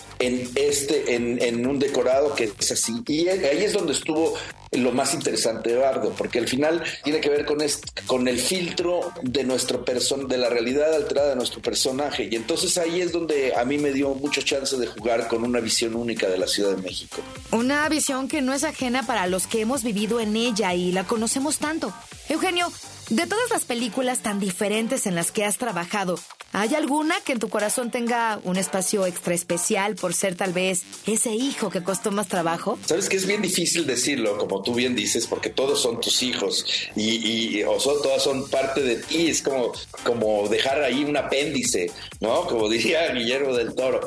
en un decorado que es así. Y ahí es donde estuvo lo más interesante de Bardo, porque al final tiene que ver con el filtro de de la realidad alterada de nuestro personaje, y entonces ahí es donde a mí me dio mucha chance de jugar con una visión única de la Ciudad de México. Una visión que no es ajena para los que hemos vivido en ella y la conocemos tanto. Eugenio, de todas las películas tan diferentes en las que has trabajado, ¿hay alguna que en tu corazón tenga un espacio extra especial por ser tal vez ese hijo que costó más trabajo? Sabes que es bien difícil decirlo, como tú bien dices, porque todos son tus hijos todas son parte de ti. Es como dejar ahí un apéndice, ¿no? Como diría Guillermo del Toro.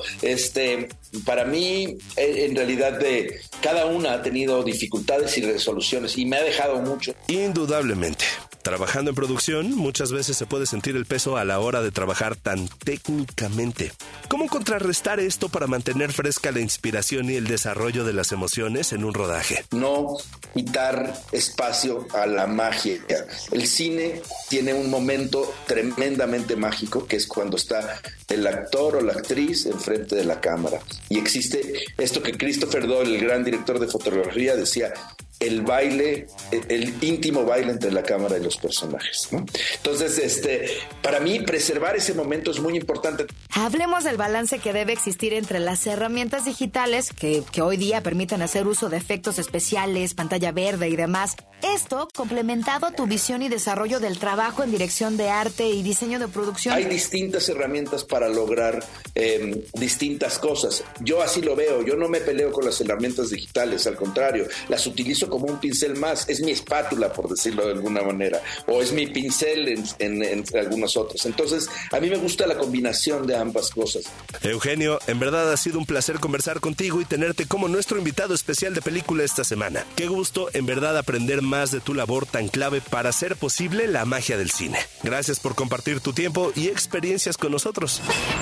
Para mí, en realidad, cada una ha tenido dificultades y resoluciones y me ha dejado mucho. Indudablemente. Trabajando en producción, muchas veces se puede sentir el peso a la hora de trabajar tan técnicamente. ¿Cómo contrarrestar esto para mantener fresca la inspiración y el desarrollo de las emociones en un rodaje? No quitar espacio a la magia. El cine tiene un momento tremendamente mágico, que es cuando está el actor o la actriz enfrente de la cámara. Y existe esto que Christopher Doyle, el gran director de fotografía, decía: el baile, el íntimo baile entre la cámara y los personajes, ¿no? Entonces, para mí, preservar ese momento es muy importante. Hablemos del balance que debe existir entre las herramientas digitales que hoy día permiten hacer uso de efectos especiales, pantalla verde y demás. Esto complementado a tu visión y desarrollo del trabajo en dirección de arte y diseño de producción. Hay distintas herramientas para lograr distintas cosas. Yo así lo veo. Yo no me peleo con las herramientas digitales, al contrario, las utilizo como un pincel más. Es mi espátula, por decirlo de alguna manera, o es mi pincel en algunos otros. Entonces, a mí me gusta la combinación de ambas cosas. Eugenio, en verdad ha sido un placer conversar contigo y tenerte como nuestro invitado especial de película esta semana. Qué gusto, en verdad, aprender más de tu labor tan clave para hacer posible la magia del cine. Gracias por compartir tu tiempo y experiencias con nosotros.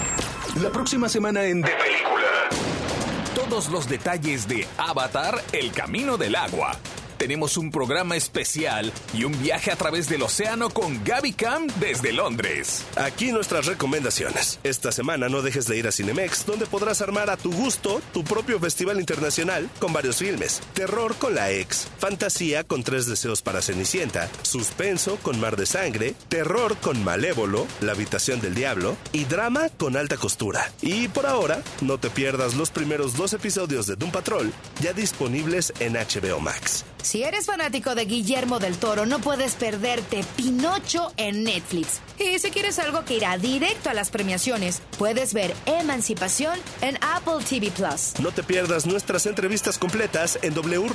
La próxima semana en De Película, todos los detalles de Avatar, El Camino del Agua. Tenemos un programa especial y un viaje a través del océano con Gaby Cam desde Londres. Aquí nuestras recomendaciones. Esta semana no dejes de ir a Cinemex, donde podrás armar a tu gusto tu propio festival internacional con varios filmes. Terror con La Ex, fantasía con 3 deseos para Cenicienta, suspenso con Mar de Sangre, terror con Malévolo, La Habitación del Diablo y drama con Alta Costura. Y por ahora, no te pierdas los primeros 2 episodios de Doom Patrol, ya disponibles en HBO Max. Si eres fanático de Guillermo del Toro, no puedes perderte Pinocho en Netflix. Y si quieres algo que irá directo a las premiaciones, puedes ver Emancipación en Apple TV+. No te pierdas nuestras entrevistas completas en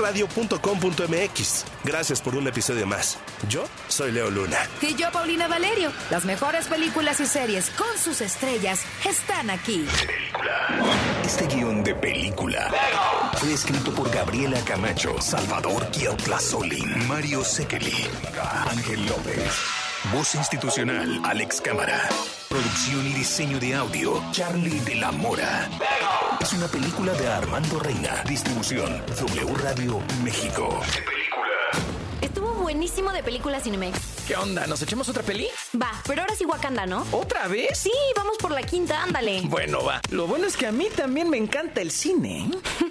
wradio.com.mx. Gracias por un episodio más. Yo soy Leo Luna. Y yo, Paulina Valerio. Las mejores películas y series con sus estrellas están aquí. Película. Este guión de película fue escrito por Gabriela Camacho, Salvador Giautlazolin, Mario Sekeli, Ángel López. Voz institucional, Alex Cámara. Producción y diseño de audio, Charlie de la Mora. Es una película de Armando Reina. Distribución, W Radio México. Estuvo buenísimo de película Cinemex. ¿Qué onda? ¿Nos echamos otra peli? Va, pero ahora sí Wakanda, ¿no? ¿Otra vez? Sí, vamos por la quinta, ándale. Bueno, va. Lo bueno es que a mí también me encanta el cine.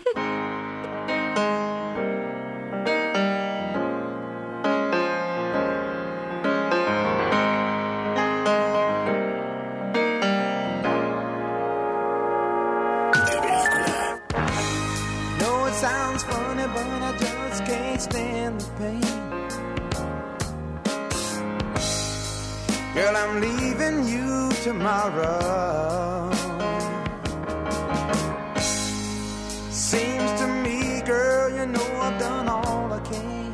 No, it sounds funny, but I just can't stand the pain. Girl, I'm leaving you tomorrow. Seems to me, girl, you know I've done all I can.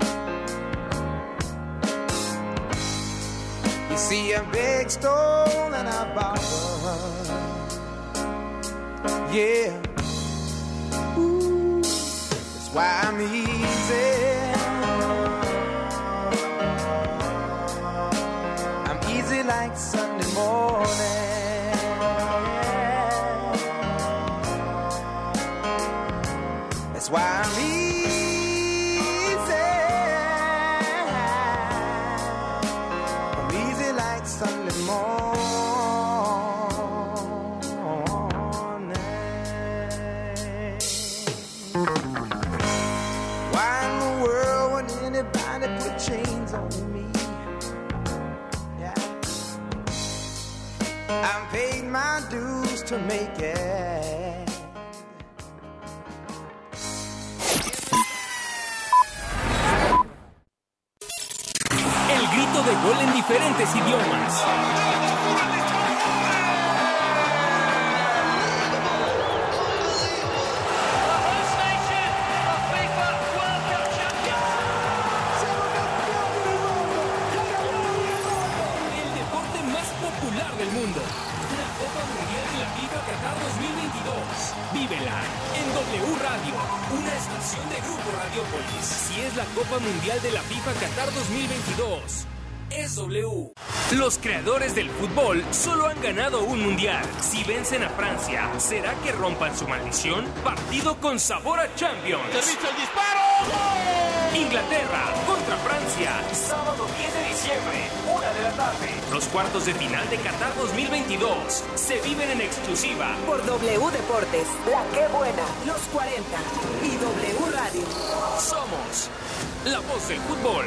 You see, I beg, stole, and I borrowed. Yeah. Ooh, that's why I'm easy. Like Sunday morning. That's why I'm easy. I'm easy like Sunday morning. Why in the world would anybody put chains on me? I paid my dues to make it. El grito de gol en diferentes idiomas. El deporte más popular del mundo. La Copa Mundial de la FIFA Qatar 2022. Vívela en W Radio, una estación de Grupo Radiópolis. Si es la Copa Mundial de la FIFA Qatar 2022, es W. Los creadores del fútbol solo han ganado un mundial. Si vencen a Francia, ¿será que rompan su maldición? Partido con sabor a Champions. ¡Servicio al disparo! Inglaterra contra Francia, sábado 10 de diciembre, 1 de la tarde. Los cuartos de final de Qatar 2022 se viven en exclusiva Por W Deportes, La Que Buena, Los 40 y W Radio. Somos la voz del fútbol.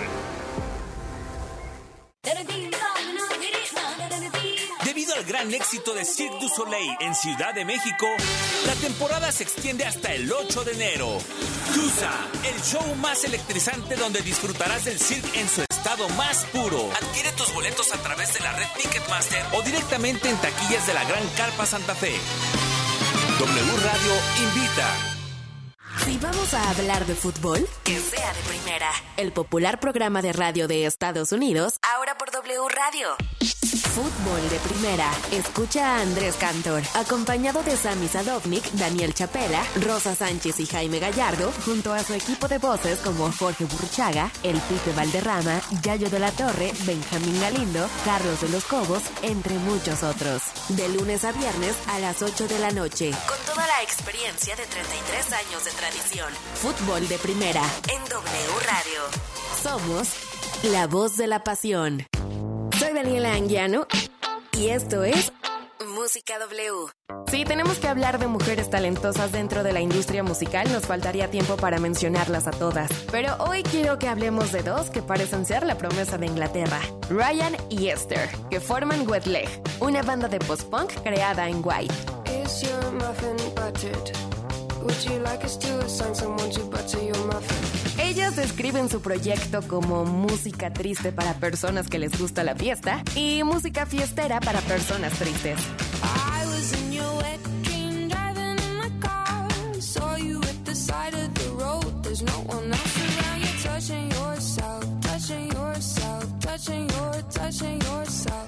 Debido al gran éxito de Cirque du Soleil en Ciudad de México, la temporada se extiende hasta el 8 de enero. Tusa, el show más electrizante donde disfrutarás del cirque en su estado más puro. Adquiere tus boletos a través de la red Ticketmaster o directamente en taquillas de la Gran Carpa Santa Fe. W Radio invita. Si vamos a hablar de fútbol, que sea de primera. El popular programa de radio de Estados Unidos, ahora por W Radio. Fútbol de primera. Escucha a Andrés Cantor, acompañado de Sami Sadovnik, Daniel Chapela, Rosa Sánchez y Jaime Gallardo, junto a su equipo de voces como Jorge Burruchaga, El Pipe Valderrama, Yayo de la Torre, Benjamín Galindo, Carlos de los Cobos, entre muchos otros. De lunes a viernes a las 8 de la noche. Con toda la experiencia de 33 años de tradición. Fútbol de primera en W Radio. Somos la voz de la pasión. Soy Daniela Anguiano y esto es Música W. Si tenemos que hablar de mujeres talentosas dentro de la industria musical, nos faltaría tiempo para mencionarlas a todas. Pero hoy quiero que hablemos de dos que parecen ser la promesa de Inglaterra, Ryan y Esther, que forman Wet Leg, una banda de post-punk creada en White. Is your muffin buttered? Would you like us to assign someone to butter your muffin? Ellas describen su proyecto como música triste para personas que les gusta la fiesta y música fiestera para personas tristes. I was in your wet dream, driving in my car. Saw you at the side of the road. There's no one else around. You're touching yourself, touching yourself, touching yourself, touching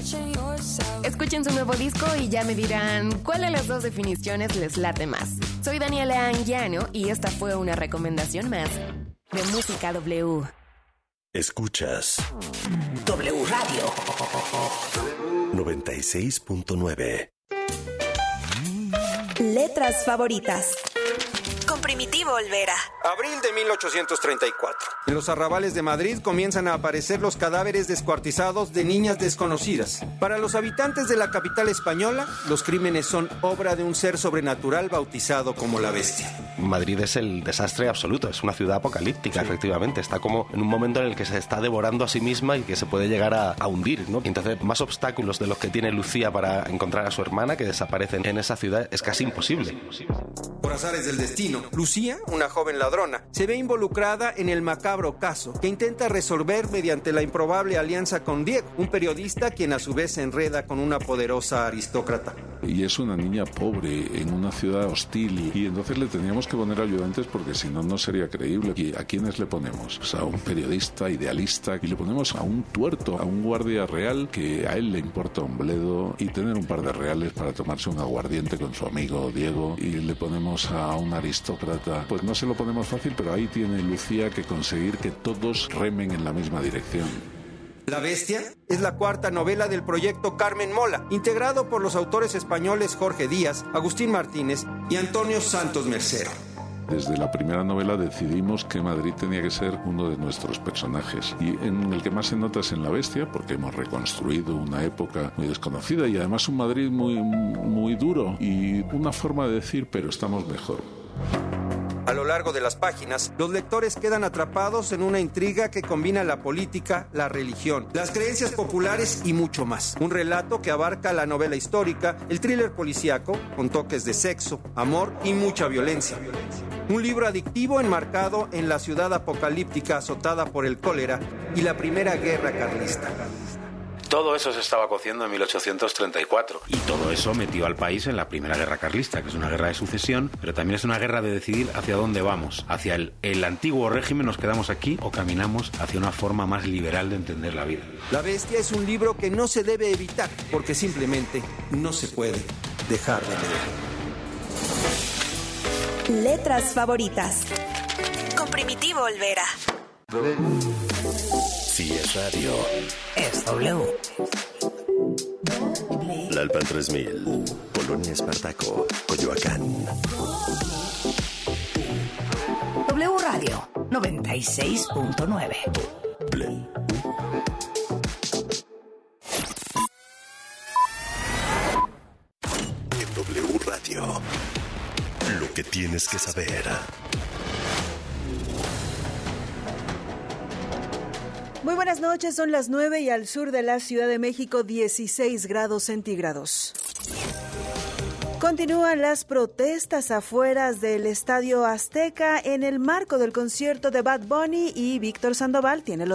question yourself. Escuchen su nuevo disco y ya me dirán cuál de las dos definiciones les late más. Soy Daniela Anguiano y esta fue una recomendación más de Música W. Escuchas W Radio 96.9. Letras favoritas. Con Primitivo Olvera. Abril de 1834. En los arrabales de Madrid comienzan a aparecer los cadáveres descuartizados de niñas desconocidas. Para los habitantes de la capital española, los crímenes son obra de un ser sobrenatural bautizado como la Bestia. Madrid es el desastre absoluto, es una ciudad apocalíptica, efectivamente. Está como en un momento en el que se está devorando a sí misma y que se puede llegar a hundir, ¿no? Y entonces, más obstáculos de los que tiene Lucía para encontrar a su hermana, que desaparecen en esa ciudad, es casi imposible. Por azares del destino, Lucía, una joven ladrona, se ve involucrada en el macabro caso que intenta resolver mediante la improbable alianza con Diego, un periodista quien a su vez se enreda con una poderosa aristócrata. Y es una niña pobre en una ciudad hostil y entonces le teníamos que poner ayudantes porque si no, no sería creíble. ¿Y a quiénes le ponemos? Pues a un periodista idealista y le ponemos a un tuerto, a un guardia real que a él le importa un bledo y tener un par de reales para tomarse un aguardiente con su amigo Diego, y le ponemos a un aristócrata. Pues no se lo ponemos fácil, pero ahí tiene Lucía que conseguir que todos remen en la misma dirección. La Bestia es la cuarta novela del proyecto Carmen Mola, integrado por los autores españoles Jorge Díaz, Agustín Martínez y Antonio Santos Mercero. Desde la primera novela decidimos que Madrid tenía que ser uno de nuestros personajes, y en el que más se nota es en La Bestia, porque hemos reconstruido una época muy desconocida y además un Madrid muy duro y una forma de decir, pero estamos mejor. A lo largo de las páginas, los lectores quedan atrapados en una intriga que combina la política, la religión, las creencias populares y mucho más. Un relato que abarca la novela histórica, el thriller policíaco, con toques de sexo, amor y mucha violencia. Un libro adictivo enmarcado en la ciudad apocalíptica azotada por el cólera y la Primera Guerra Carlista. Todo eso se estaba cociendo en 1834. Y todo eso metió al país en la Primera Guerra Carlista, que es una guerra de sucesión, pero también es una guerra de decidir hacia dónde vamos. Hacia el antiguo régimen, nos quedamos aquí, o caminamos hacia una forma más liberal de entender la vida. La Bestia es un libro que no se debe evitar, porque simplemente no se puede dejar de leer. Letras favoritas. Con Primitivo Olvera. Si es radio, es W. La Alpan 3000, Polonia Espartaco, Coyoacán. W Radio 96.9. En W Radio, lo que tienes que saber. Muy buenas noches, son las 9 y al sur de la Ciudad de México 16 grados centígrados. Continúan las protestas afuera del Estadio Azteca en el marco del concierto de Bad Bunny y Víctor Sandoval tiene los